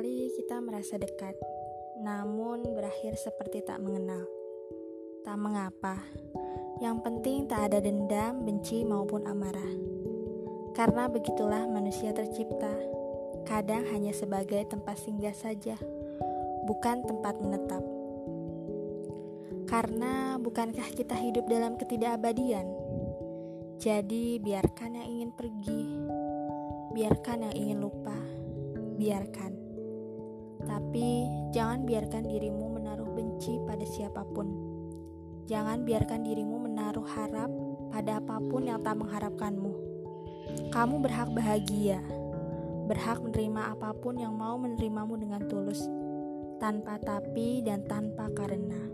Sesekali kita merasa dekat, namun berakhir seperti tak mengenal. Tak mengapa, yang penting tak ada dendam, benci maupun amarah. Karena begitulah manusia tercipta, kadang hanya sebagai tempat singgah saja, bukan tempat menetap. Karena bukankah kita hidup dalam ketidakabadian? Jadi biarkan yang ingin pergi, biarkan yang ingin lupa, biarkan. Tapi jangan biarkan dirimu menaruh benci pada siapapun. Jangan biarkan dirimu menaruh harap pada apapun yang tak mengharapkanmu. Kamu berhak bahagia, berhak menerima apapun yang mau menerimamu dengan tulus, tanpa tapi dan tanpa karena.